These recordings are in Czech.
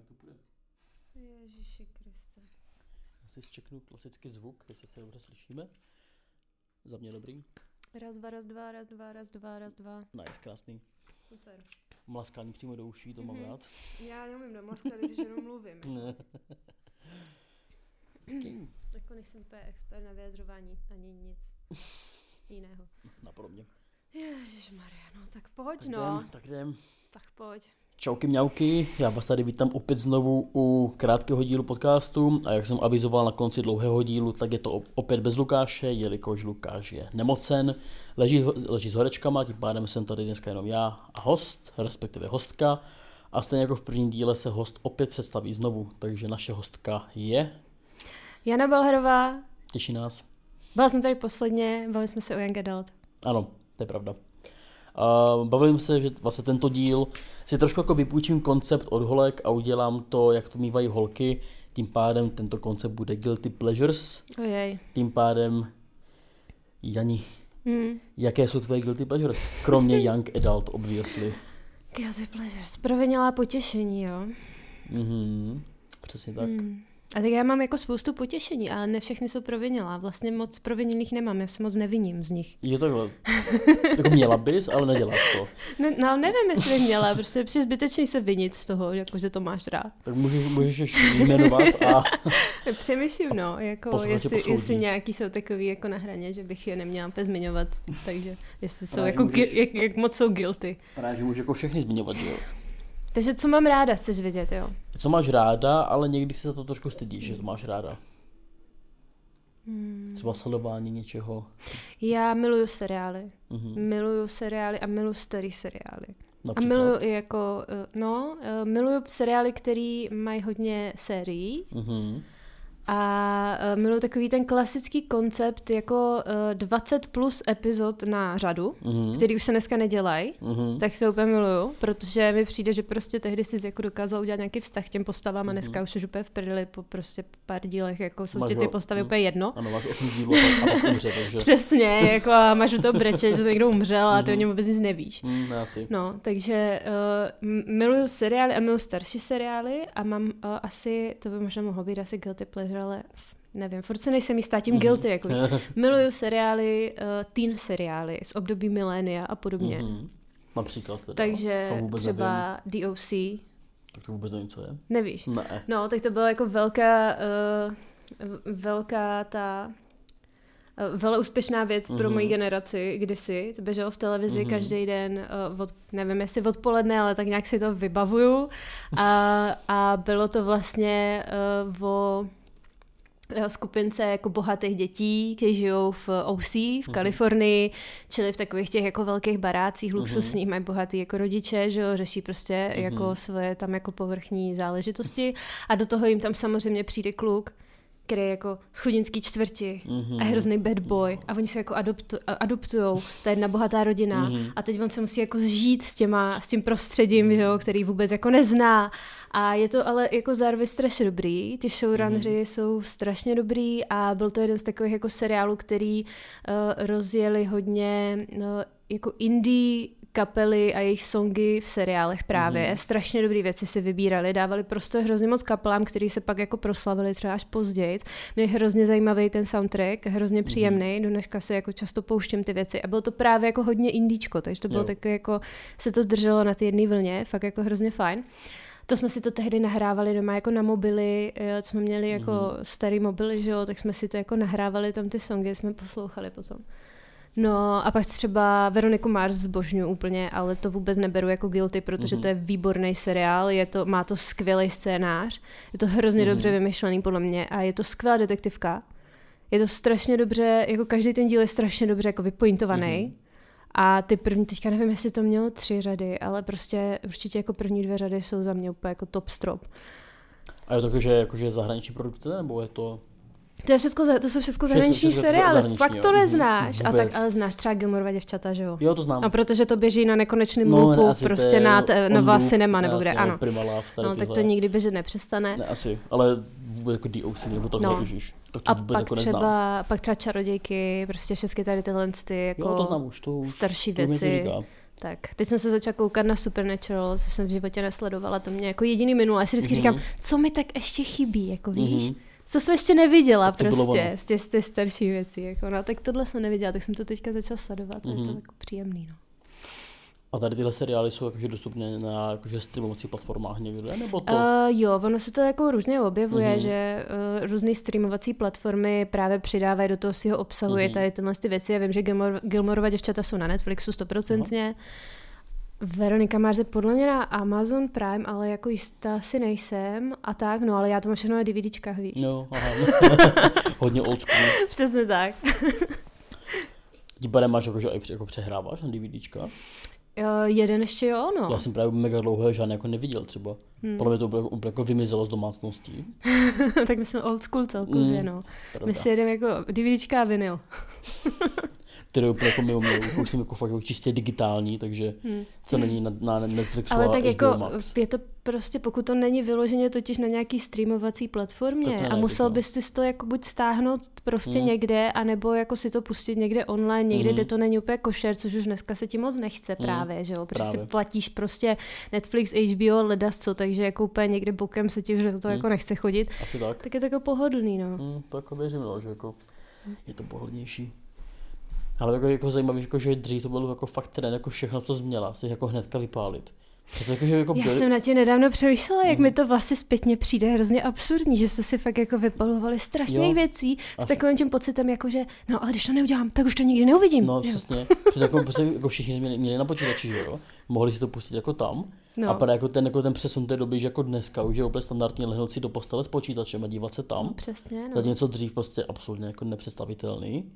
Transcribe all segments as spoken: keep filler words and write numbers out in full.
jak to půjde. Ježiši Kriste. Já si zčeknu klasický zvuk, jestli se dobře slyšíme. Za mě dobrý. Raz, dva, raz, dva, raz, dva, raz, dva, raz, dva. Nice, krásný. Super. Mlaskání přímo do uší, to mm-hmm. mám rád. Já neumím namlaskat, když jenom mluvím. Okay. Jako nejsem úplně expert na vyjadřování, ani nic jiného. Napodobně. Ježišmarja, no tak pojď, tak no. Jdem, tak jdem. Tak pojď. Čauky mňauky, já vás tady vítám opět znovu u krátkého dílu podcastu a jak jsem avizoval na konci dlouhého dílu, tak je to opět bez Lukáše, jelikož Lukáš je nemocen, leží, leží s horečkama, tím pádem jsem tady dneska jenom já a host, respektive hostka a stejně jako v prvním díle se host opět představí znovu, takže naše hostka je... Jana Balherová. Těší nás. Byla jsem tady posledně, bavili jsme se o Young Adult. Ano, to je pravda. Uh, bavili jsme se, že vlastně tento díl si trošku jako vypůjčím koncept od holek a udělám to, jak to mývají holky. Tím pádem tento koncept bude Guilty Pleasures. Ojej. Tím pádem, Jani, mm. jaké jsou tvoje Guilty Pleasures? Kromě Young Adult, obviously. Guilty Pleasures, provinilá potěšení, jo? Mhm, přesně tak. Mm. A tak já mám jako spoustu potěšení, ale ne všechny jsou provinilá. Vlastně moc provinilých nemám, já se moc neviním z nich. Je takhle. Jako měla bys, ale neděláš to. Ne, no nevím, jestli měla, prostě při zbytečný se vinit z toho, jako že to máš rád. Tak můžeš, můžeš ještě jmenovat a... Přemýšlím, no, jako jestli, jestli nějaký jsou takový jako na hraně, že bych je neměla úplně zmiňovat, takže jestli jsou Právě jako, můžeš... jak, jak moc jsou guilty. Právě, že můžeš jako všechny zmiňovat, jo. Takže co mám ráda, chceš vědět, jo? Co máš ráda, ale někdy si za to trošku stydíš, že to máš ráda. Hmm. Třeba sledování něčeho. Já miluju seriály. Mm-hmm. Miluju seriály a miluju starý seriály. Například? A miluju i jako, no, miluju seriály, který mají hodně sérií. Mm-hmm. A miluju takový ten klasický koncept jako dvacet plus epizod na řadu, mm-hmm. který už se dneska nedělají, mm-hmm. tak to úplně miluju, protože mi přijde, že prostě tehdy jsi jako dokázal udělat nějaký vztah k těm postavám a dneska mm-hmm. už je úplně v prdeli po prostě pár dílech, jako jsou ti ty postavy mm. úplně jedno. Ano, máš osm dílů a pak umře, takže... Přesně, jako a máš u toho breče, že někdo umřel a ty mm-hmm. o něm vůbec nic nevíš. Mm, asi. No, takže uh, miluju seriály a miluju starší seriály a mám uh, asi, to by možná mohlo být asi guilty pleasure, ale nevím, furt se nejsem jistá tím mm-hmm. guilty, jako víš. Miluju seriály, uh, teen seriály z období milénia a podobně. Mm-hmm. Například teda. Takže třeba nevím. D O C. Tak to vůbec nevím, co je. Nevíš? Ne. No, tak to byla jako velká, uh, velká ta uh, velmi úspěšná věc mm-hmm. pro moji generaci kdysi. To běželo v televizi mm-hmm. každý den, uh, od, nevím jestli odpoledne, ale tak nějak si to vybavuju. A, a bylo to vlastně uh, o skupince jako bohatých dětí, kteří žijou v O C, v mm. Kalifornii, čili v takových těch jako velkých barácích, luxusních, mm. mají bohatý jako rodiče, že jo, řeší prostě mm. jako svoje tam jako povrchní záležitosti a do toho jim tam samozřejmě přijde kluk, který je jako z chudinský čtvrti mm-hmm. a hrozný bad boy a oni se jako adoptu, adoptujou, ta jedna bohatá rodina mm-hmm. a teď on se musí jako zžít s těma, s tím prostředím, jo, který vůbec jako nezná a je to ale jako zároveň strašně dobrý, ty showrunneři mm-hmm. jsou strašně dobrý a byl to jeden z takových jako seriálů, který uh, rozjeli hodně uh, jako indie kapely a jejich songy v seriálech právě. Mm. Strašně dobrý věci si vybírali, dávali prostě hrozně moc kapelám, který se pak jako proslavili třeba až později. Měli hrozně zajímavý ten soundtrack, hrozně příjemný, mm. do dneška si jako často pouštím ty věci a bylo to právě jako hodně indíčko, takže to bylo takové jako, se to drželo na té jedné vlně, fakt jako hrozně fajn. To jsme si to tehdy nahrávali doma jako na mobily, jsme měli jako mm. starý mobily, že jo, tak jsme si to jako nahrávali tam ty songy, jsme poslouchali potom. No a pak třeba Veroniku Mars zbožňuji úplně, ale to vůbec neberu jako guilty, protože mm-hmm. to je výborný seriál, je to, má to skvělý scénář, je to hrozně mm-hmm. dobře vymyšlený podle mě a je to skvělá detektivka. Je to strašně dobře, jako každý ten díl je strašně dobře jako vypointovaný. Mm-hmm. A ty první, teďka nevím, jestli to mělo tři řady, ale prostě určitě jako první dvě řady jsou za mě úplně jako top strop. A je to jakože, jakože zahraniční produkce, nebo je to... To, je všecko, to jsou všechno zahraniční seriály, fakt to neznáš. Vůbec. A tak ale znáš třeba Gilmorova děvčata, že jo? Jo, to znám. A protože to běží na nekonečném no, loopu, ne, prostě na t- Nova loop, Cinema nebo ne, kde, ano. Primalav, no, tak to nikdy běžet nepřestane. Ne, asi, ale vůbec jako D O C nebo tak no. nevíš. Tak to a vůbec pak, jako třeba, neznám. pak třeba Čarodějky, prostě všechny tady tyhle ty jako jo, to znám už, to starší to věci. Tak, teď jsem se začala koukat na Supernatural, co jsem v životě nesledovala, to mě jako jediný minule. Já si vždycky mm-hmm. říkám, co mi tak ještě chybí, jako víš? Mm-hmm. Co jsem ještě neviděla prostě z těch, z těch starších věcí. Jako, no, tak tohle jsem neviděla, tak jsem to teďka začala sledovat mm-hmm. a je to jako příjemný. No. A tady tyhle seriály jsou jakože dostupné na jakože streamovacích platformách někde, nebo to? Uh, jo, ono se to jako různě objevuje, mm-hmm. že uh, různé streamovací platformy právě přidávají do toho svého obsahu mm-hmm. tady tyhle ty věci. Já vím, že Gilmore, Gilmorova děvčata jsou na Netflixu stoprocentně. Veronika Mars podle mě na Amazon Prime, ale jako jistá si nejsem a tak, no ale já to mám všechno na DVDčkách, víš. No, aha. Hodně old school. Přesně tak. Tím pádem máš jako, že jako přehráváš na DVDčka? Uh, jeden ještě jo, no. Já jsem právě mega dlouho žádný jako neviděl třeba. Hmm. Podle mě to úplně, úplně jako vymizelo z domácností. Tak my jsme old school celkově, mm, no. Pravda. My si jedeme jako DVDčka a vinyl. Který je úplně jako mimo mě, už jsem jako fakt jako čistě digitální, takže hmm. to není na, na Netflixu. Ale tak H B O jako Max. Je to prostě, pokud to není vyloženě totiž na nějaký streamovací platformě a musel bys si to jako buď stáhnout prostě hmm. někde, anebo jako si to pustit někde online, někde, hmm. kde to není úplně košer, což už dneska se ti moc nechce hmm. právě, že jo, protože právě. Si platíš prostě Netflix, H B O, ledasco, takže jako úplně někde bokem se ti už to hmm. jako nechce chodit. Asi tak. Tak je to jako pohodlný, no. Hmm, to jako věřím, no, že jako je to pohodlnější. Ale jako, jako zajímavý, jako, že dřív to bylo jako fakt trend, jako všechno, co změla, si jako hnedka vypálit. To jako, že jako Já byli... jsem na tě nedávno přemýšlela, jak mm. mi to vlastně zpětně přijde hrozně absurdní, že jste si fakt jako vypalovali strašných věcí s takovým tím pocitem, jako že no ale když to neudělám, tak už to nikdy neuvidím. No jo. Přesně, protože jako, prostě, jako všichni měli, měli na počítači, že jo, mohli si to pustit jako tam. No. A právě jako ten, jako ten přesun té doby, že jako dneska už je úplně standardně lehnout si do postele s počítačem a dívat se tam. No, přesně, no. Zatímco dřív prostě absolutně jako nepředstavitelný.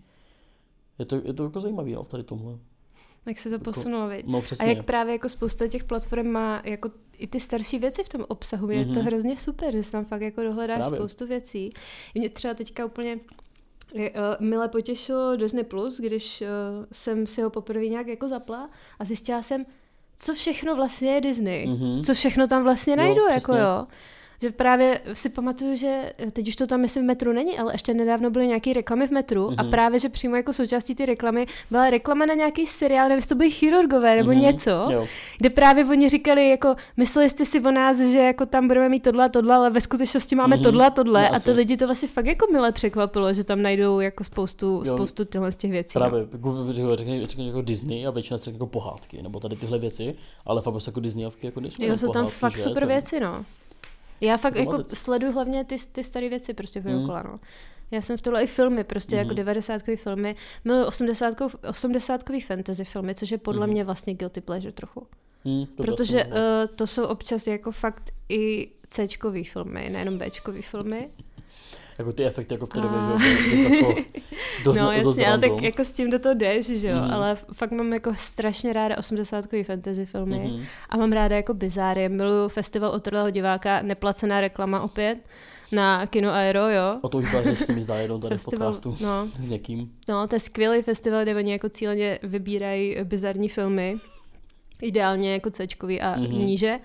Je to, je to jako zajímavý, jo, tady tomhle. Jak se to posunulo, viď? No, přesně. A jak právě jako spousta těch platform má jako i ty starší věci v tom obsahu, je mm-hmm. to hrozně super, že si tam fakt jako dohledáš právě. Spoustu věcí. Mě třeba teďka úplně uh, mile potěšilo Disney Plus, když uh, jsem si ho poprvé nějak jako zapla a zjistila jsem, co všechno vlastně je Disney. Mm-hmm. Co všechno tam vlastně najdu, jo, jako jo. Že právě si pamatuju, že teď už to tam myslím v metru není, ale ještě nedávno byly nějaké reklamy v metru mm-hmm. a právě, že přímo jako součástí ty reklamy byla reklama na nějaký seriál, nevím, jestli to byly chirurgové nebo mm-hmm. něco, jo. Kde právě oni říkali, jako mysleli jste si o nás, že jako tam budeme mít tohle a tohle, ale ve skutečnosti máme mm-hmm. tohle a tohle no, a ty lidi to vlastně fakt jako mile překvapilo, že tam najdou jako spoustu, spoustu těchhle z těch věcí. Právě, no. řekni, řekni jako Disney a většina řekne jako pohádky, nebo tady tyhle věci, ale fakt jako Disneyovky jako nejsou. Jo, jsou tam fakt super věci, no. Já fakt jako sleduju hlavně ty, ty staré věci prostě v okolo, no. Já jsem v tohle i filmy, prostě mm. jako devadesátkový filmy, miluji osmdesátkový fantasy filmy, což je podle mm. mě vlastně guilty pleasure trochu. Mm, to protože uh, to jsou občas jako fakt i C-čkový filmy, nejenom B-čkový filmy. Jako ty efekty jako v té době, a... že jako dost, no dost jasně, ale tak jako s tím do toho jdeš, že jo, mm. ale fakt mám jako strašně ráda osmdesátkový fantasy filmy mm. a mám ráda jako bizáry, miluju Festival otrlého diváka, neplacená reklama opět na Kino Aero, jo. O to už byla řeč, se mi zdá jenom tady festival, v podcastu no. s někým. No, to je skvělý festival, kde oni jako cíleně vybírají bizarní filmy, ideálně jako C-čkový a mm. níže.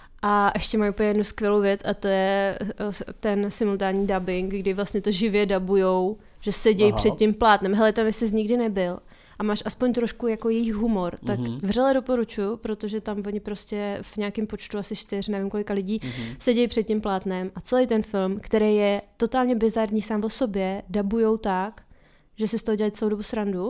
A ještě mají úplně jednu skvělou věc a to je ten simultánní dubbing, kdy vlastně to živě dabujou, že sedějí před tím plátnem. Hele, tam jsi nikdy nebyl a máš aspoň trošku jako jejich humor, tak mm-hmm. vřele doporučuji, protože tam oni prostě v nějakém počtu asi čtyř, nevím kolika lidí, mm-hmm. sedějí před tím plátnem a celý ten film, který je totálně bizarní sám o sobě, dabujou tak, že si z toho dělají celou dobu srandu.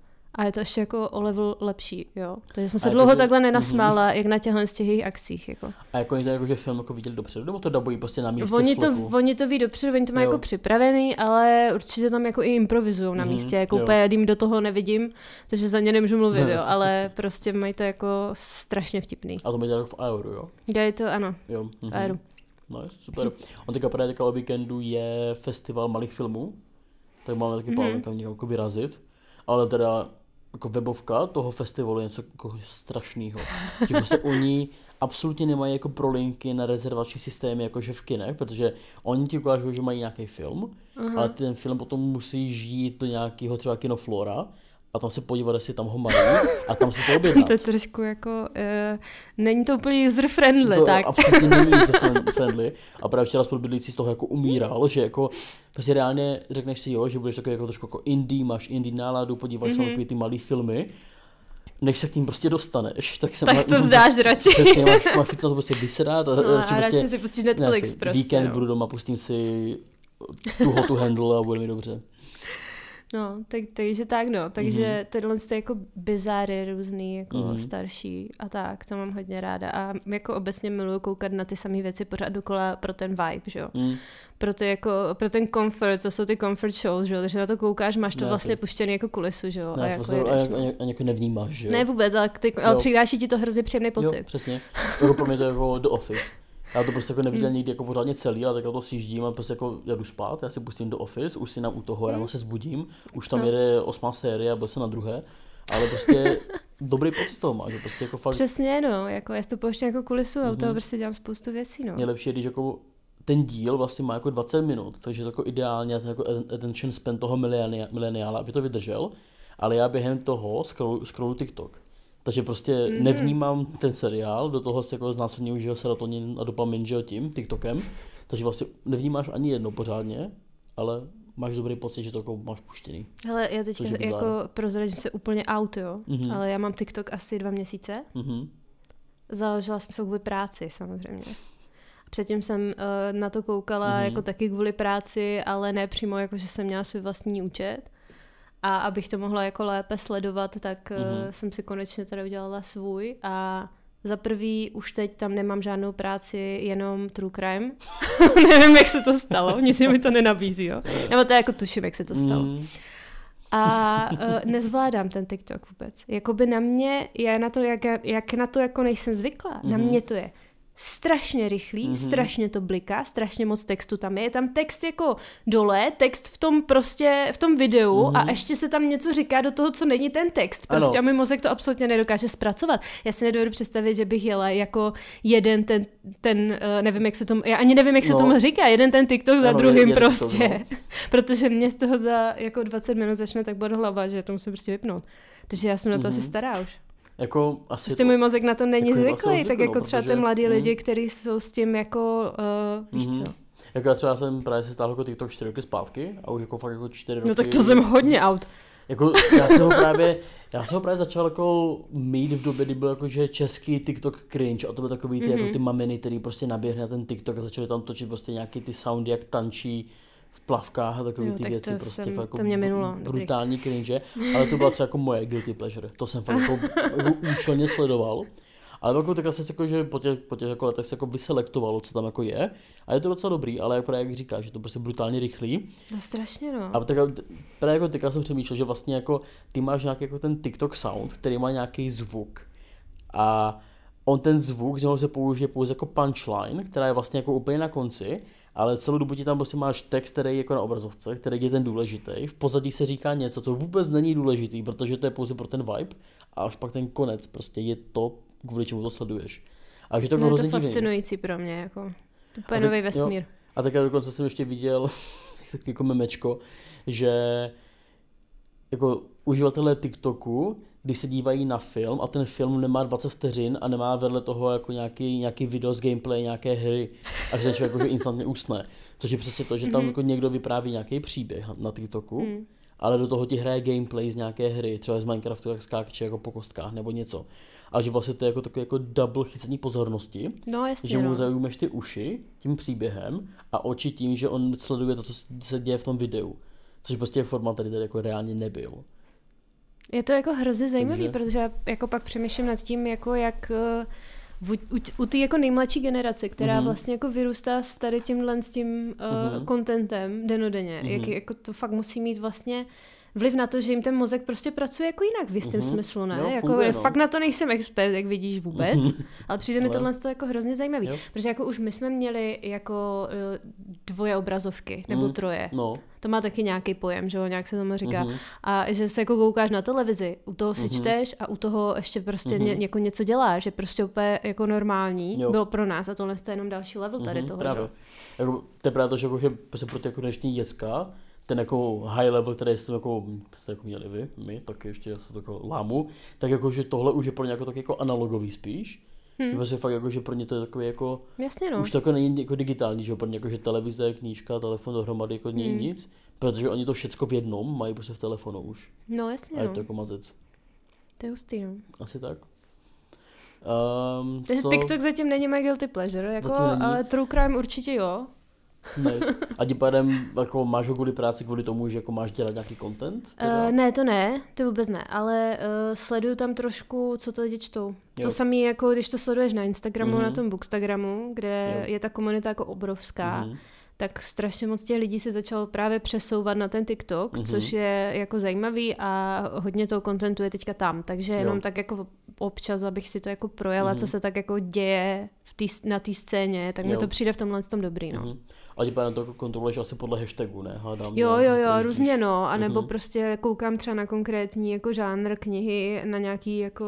A je to ještě jako o level lepší, jo. Takže jsem se dlouho to, takhle nenasmála, mm-hmm. jak na těchhle z těch jejich akcích, jako. A jako oni to jako, že film jako viděli dopředu, nebo to dabují prostě na místě oni to, oni to ví dopředu, oni to mají jako připravený, ale určitě tam jako i improvizujou na místě, mm-hmm. jako úplně jim do toho nevidím, takže za ně nemůžu mluvit, jo, ale prostě mají to jako strašně vtipný. A to mají jako v Aeru, jo? Dělají to, ano, jo. Mm-hmm. v Aeru. No, super. On teďka právě teďka o víkendu je festival malých filmů, tak máme taky plán mm-hmm. někam jako vyrazit, ale teda jako webovka toho festivalu je něco jako strašného. Že prostě oni absolutně nemají jako prolinky na rezervační systémy jakože v kinech, protože oni ti ukážou, že mají nějaký film, uh-huh. ale ten film potom musí žít do nějakého třeba kinoflora a tam se podívat, jestli tam ho mají a tam si to objednat. To je trošku jako, uh, není to úplně user friendly, to tak? To absolutně není user friendly a právě včera spolubydlící z toho jako umíral, že jako prostě reálně řekneš si jo, že budeš takový jako trošku jako indie, máš indie náladu, podíváš mm-hmm. se na ty malý filmy než se k tím prostě dostaneš, tak se Tak to vzdáš radši. Přesně, máš, máš to prostě vysedat a, no, a radši, radši prostě, si pustíš Netflix si, prostě. Víkend no. budu doma, pustím si tu hotu handle a bude mi dobře. No, tak, takže tak no, takže mm-hmm. tyhle ty jako bizáry různý, jako mm-hmm. starší a tak, to mám hodně ráda a jako obecně miluju koukat na ty samé věci pořád dokola pro ten vibe, že jo. Mm. Pro, to jako, pro ten comfort, co jsou ty comfort shows, že jo, takže na to koukáš, máš to ne, vlastně ty. puštěný jako kulisu, že jo. Ne, a jako vlastně, jedeš, a, no. a, a jako nevnímáš, že jo. Ne vůbec, ale, ty, ale přidáší ti to hrozně příjemný pocit. Jo, přesně, jako pro mě to je jako The Office. Já to prostě jako neviděl nikdy jako pořádně celý, ale tak to sjíždím a prostě jako jdu spát, já si pustím do Office, už si nám u toho, ráno se zbudím, už tam no. jede osmá série a byl jsem na druhé, ale prostě dobrý pocit z toho máš, že prostě jako fakt... Přesně no, jako já si to pouštím jako kulisu a mm-hmm. u toho prostě dělám spoustu věcí, no. Nejlepší je, když jako ten díl vlastně má jako dvacet minut, takže to jako ideálně ten jako attention span toho mileniála, aby to vydržel, ale já během toho scrollu, scrollu TikTok. Takže prostě mm-hmm. nevnímám ten seriál, do toho se jako znásilňuji, že jo, serotonin a dopamin, že jo, tím TikTokem, takže vlastně nevnímáš ani jedno pořádně, ale máš dobrý pocit, že to jako máš puštěný. Hele, já teď jako prozradím se úplně out, jo, mm-hmm. ale já mám TikTok asi dva měsíce. Mm-hmm. Založila jsem se kvůli práci, samozřejmě. Předtím jsem uh, na to koukala mm-hmm. jako taky kvůli práci, ale ne přímo jako, že jsem měla svůj vlastní účet. A abych to mohla jako lépe sledovat, tak mm-hmm. uh, jsem si konečně teda udělala svůj a za prvý už teď tam nemám žádnou práci, jenom true crime. Nevím, jak se to stalo, nic mi to nenabízí, jo. Nebo to jako tuším, jak se to stalo. Mm. A uh, nezvládám ten TikTok vůbec. Jakoby na mě, já na to, jak, jak na to jako nejsem zvyklá, mm-hmm. na mě to je strašně rychlý, mm-hmm. strašně to bliká, strašně moc textu tam je. Je tam text jako dole, text v tom prostě, v tom videu mm-hmm. a ještě se tam něco říká do toho, co není ten text. Prostě ano. A můj mozek to absolutně nedokáže zpracovat. Já si nedovedu představit, že bych jela jako jeden ten, ten nevím, jak se tomu, já ani nevím, jak se no. tomu říká, jeden ten TikTok ano, za druhým prostě. To, no. Protože mě z toho za jako dvacet minut začne tak bolet hlava, že to musím prostě vypnout. Takže já jsem na to mm-hmm. asi stará už. Jako asi prostě to, můj mozek na to není jako zvyklý, tak jako třeba protože, ty mladí mm, lidi, kteří jsou s tím jako, uh, víš mm, co. Jako já třeba jsem právě se stáhl jako TikTok čtyři roky zpátky a už jako fakt jako čtyři roky. No tak to jsem hodně out. Jako já jsem ho právě, já jsem ho právě začal jako mít v době, kdy byl jako, že český TikTok cringe a to byly takový ty, mm-hmm. jako ty maminy, který prostě naběhne na ten TikTok a začali tam točit prostě nějaký ty soundy, jak tančí v plavkách a takové ty věci, prostě jsem, fakt jako to mě minulo, brutální cringe, ale to byla třeba jako moje guilty pleasure, to jsem fakt jako, jako účelně sledoval, ale jako tak asi jako, že po těch, po těch jako letech se jako vyselektovalo, co tam jako je a je to docela dobrý, ale právě jak říkáš, že to prostě brutálně rychlý. No strašně no. A tak právě jako teďka jsem přemýšlel, že vlastně jako ty máš nějaký jako ten TikTok sound, který má nějaký zvuk a on ten zvuk, z něho se použije pouze jako punchline, která je vlastně jako úplně na konci, ale celou dobu ti tam prostě máš text, který je jako na obrazovce, který je ten důležitý. V pozadí se říká něco, co vůbec není důležitý, protože to je pouze pro ten vibe a až pak ten konec prostě je to, kvůli čemu to sleduješ. A že to, no, je to fascinující divný. Pro mě, jako úplně nový vesmír. Jo, a tak já dokonce jsem ještě viděl takový jako memečko, že jako uživatelé TikToku, když se dívají na film a ten film nemá dvacet vteřin a nemá vedle toho jako nějaký, nějaký video z gameplay, nějaké hry a že ten člověk jako, že instantně usne. Což je přesně to, že tam mm-hmm. jako někdo vypráví nějaký příběh na TikToku, mm. ale do toho ti hraje gameplay z nějaké hry, třeba z Minecraftu, jak skáče jako po kostkách nebo něco. A že vlastně to je jako takové jako double chycení pozornosti, no, jasně, že mu no. zaujmeš ty uši tím příběhem a oči tím, že on sleduje to, co se děje v tom videu. Což prostě je formát, který tady jako reálně nebyl. Je to jako hrozně zajímavý, Takže... protože já jako pak přemýšlím nad tím, jako jak v, u, u té jako nejmladší generace, která mm-hmm. vlastně jako vyrůstá s tady tímhle s tím uh, mm-hmm. contentem denodenně, mm-hmm. jak jako to fakt musí mít vlastně vliv na to, že jim ten mozek prostě pracuje jako jinak v jistém mm-hmm. smyslu, ne? Jo, jako, funguje, no. Fakt na to nejsem expert, jak vidíš vůbec, mm-hmm. ale přijde mi tohle jako hrozně zajímavý, jo. Protože jako už my jsme měli jako uh, dvoje obrazovky, nebo mm, troje. No. To má taky nějaký pojem, že jo, nějak se tomu říká. Mm-hmm. A že se jako koukáš na televizi, u toho si mm-hmm. čteš a u toho ještě prostě mm-hmm. ně, jako něco děláš, že prostě úplně jako normální jo. Bylo pro nás a tohle je jenom další level tady mm-hmm, toho, právě. Že? Jako, to je právě to, že, jako, že se pro ty jako dnešní děcka ten jako high level, který jste jako, jste jako měli vy, my, tak ještě se to jako lámu, tak jako, že tohle už je pro ně jako, tak jako analogový spíš. Hmm. Vlastně fakt jako, že pro ně to je takový jako, jasně, no. Už to jako není jako digitální, že pro ně jako, že televize, knížka, telefon dohromady jako není hmm. nic, protože oni to všecko v jednom mají prostě v telefonu už. No jasně, a je no. to jako mazec. To je hustý, no. Asi tak. Um, Takže co... TikTok zatím není my guilty pleasure, jako, ale true crime určitě jo. Nice. A tím pádem jako máš ho kvůli práci, kvůli tomu, že jako máš dělat nějaký content? Uh, ne, to ne, to vůbec ne, ale uh, sleduju tam trošku, co to lidi čtou. Jo. To samé, jako když to sleduješ na Instagramu, mm-hmm. na tom Bookstagramu, kde jo. je ta komunita jako obrovská, mm-hmm. tak strašně moc těch lidí se začalo právě přesouvat na ten TikTok, mm-hmm. což je jako zajímavý a hodně toho kontentu je teďka tam, takže jenom jo. tak jako občas, abych si to jako projela, mm-hmm. co se tak jako děje v tý, na té scéně, tak mi to přijde v tomhle tom dobrý, no. Mm-hmm. A tím pádem to kontroluješ asi podle hashtagu, ne? Hádám, jo, jo, jo, různě no, anebo mm-hmm. prostě koukám třeba na konkrétní jako žánr knihy, na nějaký jako...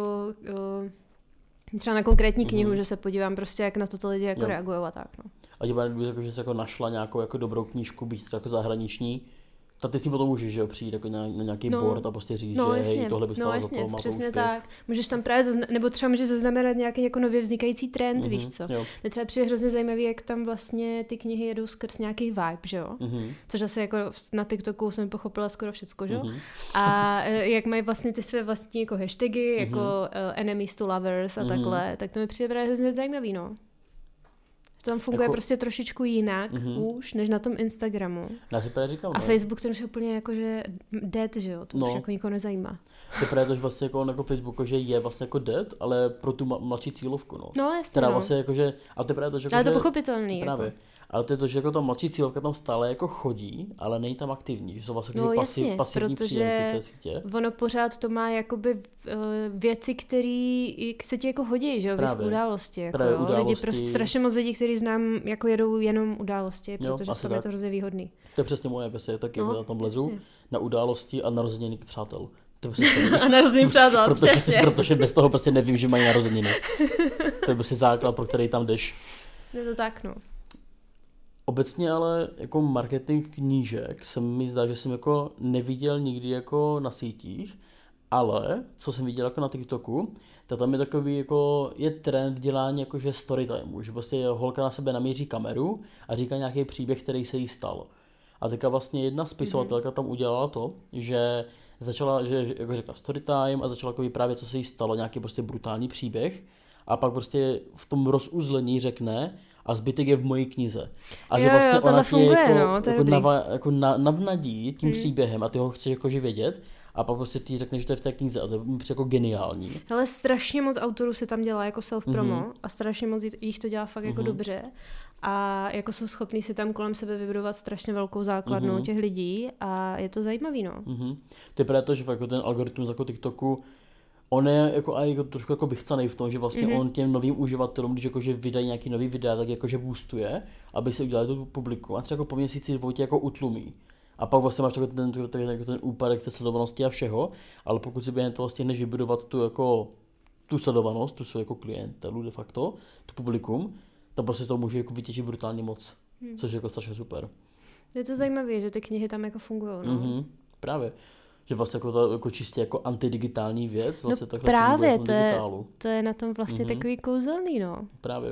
Uh, třeba na konkrétní knihu, mm-hmm. že se podívám prostě, jak na to lidi jako reagují a tak, no. A tím pádem, jako, že jsi jako našla nějakou jako dobrou knížku, být třeba jako zahraniční, tak ty s tím potom můžeš, že jo, přijít jako na, na nějaký no, board a prostě říct, no, že jasně, hej, tohle by stálo no, za to, má přesně to tak. Můžeš tam právě, zazna- nebo třeba můžeš zaznamenat nějaký jako nově vznikající trend, mm-hmm, víš co. Jo. Je třeba přijde hrozně zajímavý, jak tam vlastně ty knihy jedou skrz nějaký vibe, že jo. Mm-hmm. Což asi jako na TikToku jsem pochopila skoro všecko, že jo. Mm-hmm. A jak mají vlastně ty své vlastní jako hashtagy, mm-hmm. jako uh, enemies to lovers a mm-hmm. takhle, tak to mi přijde právě hrozně zajímavý, no. To tam funguje jako... prostě trošičku jinak mm-hmm. už, než na tom Instagramu. Já si právě říkám, a ne? Facebook ten už je úplně jakože dead, že jo, to no. už jako nikoho nezajímá. To je právě to, vlastně jako, jako Facebook, že je vlastně jako dead, ale pro tu mladší cílovku, no. No jasně, Teda no. vlastně jakože, a to je právě to, že... Jako, ale to je že, pochopitelný. Právě. Jako. Ale to je to, že jako ta mladší cílovka tam stále jako chodí, ale není tam aktivní, že jsou vlastně no, pasiv, jasně, pasivní příjemci té sítě. Ono pořád to má jakoby uh, věci, které se ti jako hodí, že jo, z události. Jako, jo? Události. Lidi, prostě strašně moc lidí, kteří znám, jako jedou jenom události, protože tam je to hrozně výhodný. To je přesně moje věc, taky no, tam lezu jasně. na události a narozeniny přátel. To a narozeniny přátel, protože, přesně. Protože bez toho prostě nevím, že mají narozeniny. To je prostě základ, pro který tam jdeš. Je to tak, no. Obecně ale jako marketing knížek se mi zdá, že jsem jako neviděl nikdy jako na sítích, ale co jsem viděl jako na TikToku, tak tam je takový jako, je trend dělání jakože storytimeu, že prostě holka na sebe namíří kameru a říká nějaký příběh, který se jí stal. A teďka vlastně jedna spisovatelka mm-hmm. tam udělala to, že začala, že jako řekla storytime a začala jako vyprávět, co se jí stalo, nějaký prostě brutální příběh. A pak prostě v tom rozuzlení řekne a zbytek je v mojí knize. A jo, že vlastně jo, ona funguje, tě jako, no, to jako, nava, jako na, navnadí tím hmm. příběhem a ty ho chceš jakože vědět a pak prostě ty řekneš, že to je v té knize a to je jako geniální. Ale strašně moc autorů se tam dělá jako self-promo mm-hmm. a strašně moc jich to dělá fakt jako mm-hmm. dobře a jako jsou schopní si tam kolem sebe vybudovat strašně velkou základnu mm-hmm. těch lidí a je to zajímavý, no. Mm-hmm. To je právě to, že jako ten algoritmus jako TikToku on je jako, a jako trošku jako vychcanej v tom, že vlastně mm-hmm. on těm novým uživatelům, když jakože vydají nějaký nový videa, tak jakože boostuje, aby si udělali tu publiku a třeba jako po měsíci dvou tě jako utlumí. A pak vlastně máš ten, ten, ten, ten, ten úpadek té sledovanosti a všeho, ale pokud si během toho stihneš vybudovat tu jako tu sledovanost, tu svou jako klientelu de facto, tu publikum, tak prostě z toho může jako vytěžit brutálně moc, mm. což je jako strašně super. Je to zajímavé, že ty knihy tam jako fungují, no. Mm-hmm, právě. Že vlastně jako, to, jako čistě jako antidigitální věc vlastně no takhle právě, funguje v tom to digitálu. Je, to je na tom vlastně mm-hmm. takový kouzelný, no. Právě.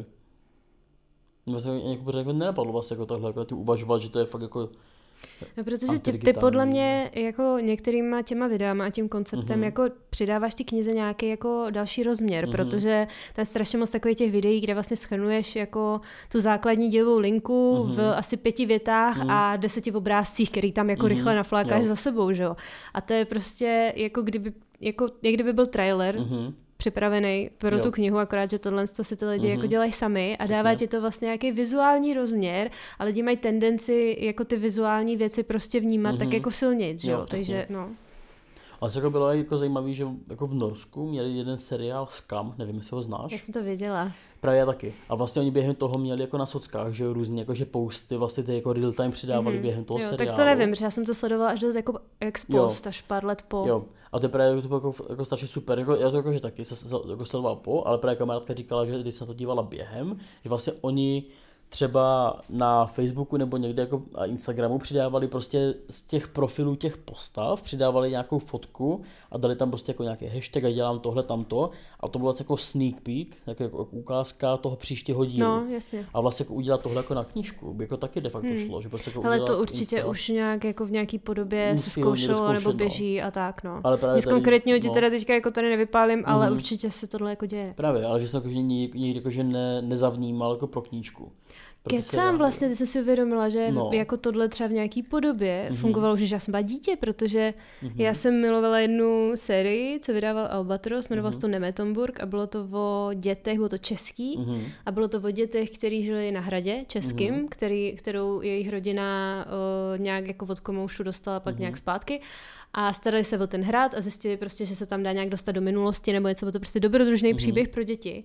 Vlastně jako, jako nenapadlo vlastně jako takhle jako tím uvažovat, že to je fakt jako no, protože ty, ty podle mě jako některýma těma videama a tím konceptem mm-hmm. jako přidáváš ty knize nějaký jako další rozměr, mm-hmm. protože tam je strašně moc takových těch videí, kde vlastně shrnuješ jako tu základní dějovou linku mm-hmm. v asi pěti větách mm-hmm. a deseti obrázcích, který tam jako mm-hmm. rychle naflákáš jo. za sebou, že jo. A to je prostě jako kdyby, jako, jak kdyby byl trailer, mm-hmm. připravený pro jo. tu knihu, akorát, že tohle si ty lidi mm-hmm. jako dělají sami a Přesně. dává ti to vlastně nějaký vizuální rozměr a lidi mají tendenci jako ty vizuální věci prostě vnímat mm-hmm. tak jako silnějc, že jo, takže no. Ale třeba bylo jako zajímavý, že jako v Norsku měli jeden seriál Scam, nevím, jestli ho znáš. Já jsem to věděla. Právě já taky. A vlastně oni během toho měli jako na sockách, že různě jakože posty, vlastně ty jako real time přidávali mm-hmm. během toho jo, seriálu. Tak to nevím, protože já jsem to sledovala až do jako ex-post, až pár let po. Jo. A to je právě to jako, jako strašně super, jako, já to jakože taky se jako sledoval po, ale právě kamarádka říkala, že když se na to dívala během, že vlastně oni třeba na Facebooku nebo někde jako a Instagramu přidávali prostě z těch profilů těch postav, přidávali nějakou fotku a dali tam prostě jako nějaký hashtag a dělám tohle, tamto a to bylo jako sneak peek, jako, jako ukázka toho příštího dílu. No, jasně. A vlastně jako udělat tohle jako na knížku, by jako taky de facto hmm. šlo. Že prostě jako ale to určitě Insta... už nějak jako v nějaký podobě Musí se zkoušelo nebo běží no. a tak, no. Ale právě Nic tady, konkrétního ti no. teda teďka jako tady nevypálím, mm. ale určitě se tohle jako děje. Právě, ale že jsem jako, že někdy jako, že ne, nezavnímal jako pro knížku. Kecám vlastně, teď jsem si uvědomila, že no. jako tohle třeba v nějaký podobě mm-hmm. fungovalo, že já jsem byla dítě, protože mm-hmm. já jsem milovala jednu sérii, co vydával Albatros, jmenoval se mm-hmm. to Nemetomburg a bylo to o dětech, bylo to český mm-hmm. a bylo to o dětech, kteří žili na hradě českým, mm-hmm. který, kterou jejich rodina o, nějak jako od komoušu dostala pak mm-hmm. nějak zpátky a starali se o ten hrad a zjistili prostě, že se tam dá nějak dostat do minulosti nebo něco, bylo to prostě dobrodružný mm-hmm. příběh pro děti.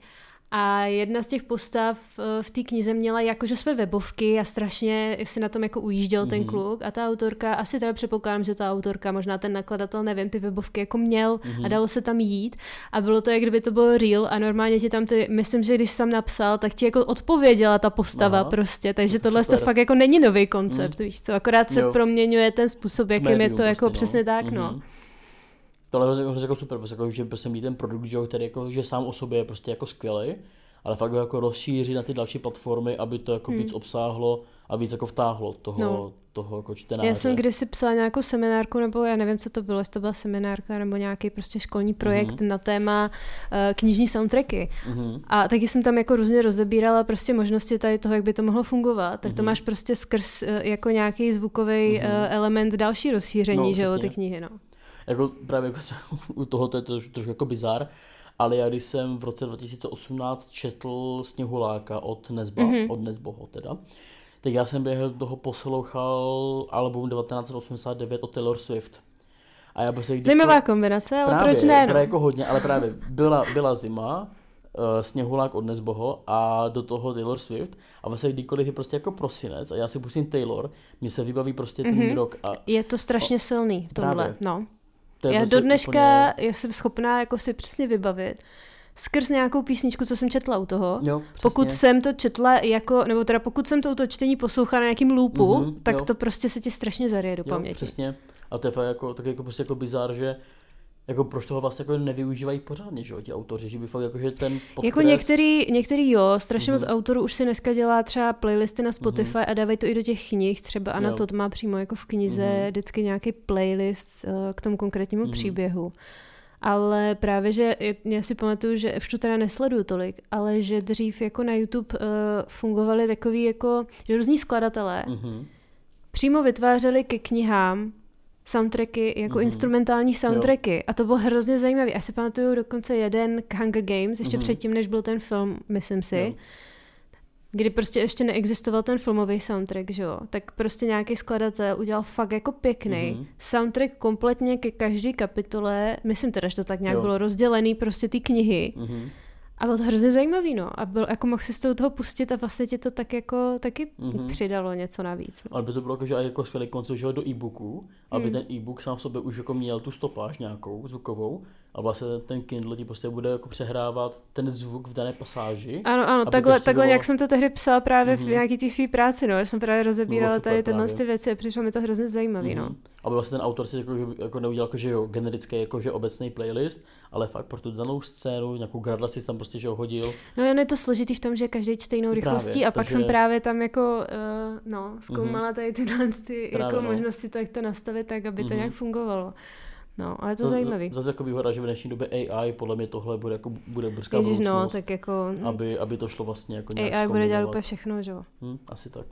A jedna z těch postav v té knize měla jakože své webovky a strašně si na tom jako ujížděl mm-hmm. ten kluk a ta autorka, asi teda předpokládám, že ta autorka, možná ten nakladatel, nevím, ty webovky jako měl mm-hmm. a dalo se tam jít a bylo to, jak kdyby to bylo real a normálně ti tam ty, myslím, že když jsem napsal, tak ti jako odpověděla ta postava Aha. prostě, takže to tohle to fakt jako není nový koncept, mm. víš co, akorát se jo. proměňuje ten způsob, jakým Medium je to jako prostě, přesně no. tak, mm-hmm. no. Tohle je jako super, protože jako, že prostě mít ten produkt, že, který jako, že sám o sobě je prostě jako skvělý, ale fakt ho jako rozšířit na ty další platformy, aby to jako hmm. víc obsáhlo a víc jako vtáhlo toho, no. toho jako čtenáře. Já jsem kdysi psala nějakou seminárku, nebo já nevím, co to bylo, jestli to byla seminárka nebo nějaký prostě školní projekt mm-hmm. na téma uh, knižní soundtracky. Mm-hmm. A taky jsem tam jako různě rozebírala prostě možnosti tady toho, jak by to mohlo fungovat. Tak mm-hmm. to máš prostě skrz uh, jako nějaký zvukový mm-hmm. uh, element další rozšíření, no, že jo, ty knihy, no. Jako právě jako u toho to je to trošku jako bizar, ale já když jsem v roce dva tisíce osmnáct četl Sněhuláka od Nesba, mm-hmm. od Nesboho teda, tak já jsem během toho poslouchal album devatenáct set osmdesát devět od Taylor Swift. A já prostě, Zajímavá kombinace, ale právě, proč ne? No? Jako hodně, ale právě byla, byla zima, uh, Sněhulák od Nesboho a do toho Taylor Swift a vlastně kdykoliv je prostě jako prosinec a já si pustím Taylor, mně se vybaví prostě ten mm-hmm. rok. A, je to strašně o, silný v tomhle, právě. No. Já prostě do dneška úplně... jsem schopná jako si přesně vybavit skrz nějakou písničku, co jsem četla u toho. Jo, pokud jsem to četla jako, nebo teda pokud jsem to, to čtení poslouchala na nějakým loopu, mm-hmm, tak jo. to prostě se ti strašně zaryje do paměti. Přesně. A to je fakt jako, tak jako, prostě jako bizár, že jako proč toho vlastně jako nevyužívají pořádně, že jo, ti autoři, že by fakt jako, že ten podkres... Jako některý, některý jo, strašně mm-hmm. moc autorů už si dneska dělá třeba playlisty na Spotify mm-hmm. a dávají to i do těch knih, třeba Anna Todd má přímo jako v knize mm-hmm. vždycky nějaký playlist uh, k tomu konkrétnímu mm-hmm. příběhu. Ale právě, že já si pamatuju, že už to teda nesleduju tolik, ale že dřív jako na YouTube uh, fungovali takový jako, že různí skladatelé mm-hmm. přímo vytvářeli ke knihám soundtracky, jako mm-hmm. instrumentální soundtracky. Jo. A to bylo hrozně zajímavé. Já si pamatuju dokonce jeden k Hunger Games, ještě mm-hmm. předtím, než byl ten film, myslím si, jo. kdy prostě ještě neexistoval ten filmový soundtrack, že jo, tak prostě nějaký skladatel udělal fakt jako pěkný mm-hmm. soundtrack kompletně ke každé kapitole, myslím teda, že to tak nějak jo. bylo rozdělený prostě ty knihy. Mm-hmm. A bylo to hrozně zajímavý, no. A byl, jako mohl si z toho, toho pustit a vlastně ti to tak jako taky mm-hmm. přidalo něco navíc. No. Ale by to bylo jako, že jako skvělý koncept, že do e-booku, aby mm. ten e-book sám v sobě už jako měl tu stopáž nějakou zvukovou a vlastně ten Kindle ti prostě bude jako přehrávat ten zvuk v dané pasáži. Ano, ano, takhle, takhle bylo... jak jsem to tehdy psala právě mm-hmm. v nějaký té své práci, no. Já jsem právě rozebírala tady tyhle ty věci a přišlo mi to hrozně zajímavý, mm-hmm. no. Aby vlastně ten autor si jako, jako neudělal jako, že jo, generický jako, že obecný playlist, ale fakt pro tu danou scénu, nějakou gradaci tam prostě, že ho hodil. No jen je to složitý v tom, že každý čte jinou rychlostí právě, a pak takže... jsem právě tam jako, uh, no, zkoumala tady tyhle ty právě, jako no. možnosti, to, jak to nastavit tak, aby mm-hmm. to nějak fungovalo. No, ale to je zajímavý. Zase jako výhoda, že v dnešní době A I podle mě tohle bude jako bude brzká Ježiš, budoucnost, no, tak jako, aby, aby to šlo vlastně jako nějak A I bude dělat úplně všechno, že jo? Hm, asi tak.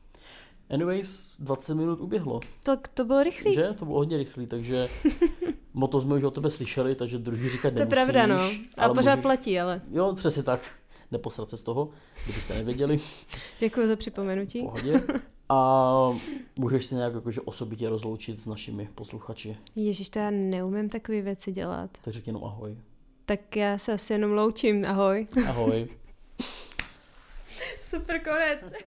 Anyways, dvacet minut uběhlo. Tak to bylo rychlý. Že? To bylo hodně rychlý, takže moto jsme už o tebe slyšeli, takže druhý říkat nemusíš. To je pravda, no. A pořád můžeš... platí, ale. Jo, přesně tak. Neposrat se z toho, kdybyste nevěděli. Děkuji za připomenutí. V pohodě. A můžeš se nějak jakože osobitě rozloučit s našimi posluchači. Ježíš, to já neumím takové věci dělat. Tak řekni jenom ahoj. Tak já se asi jenom loučím. Ahoj. Ahoj. Super konec.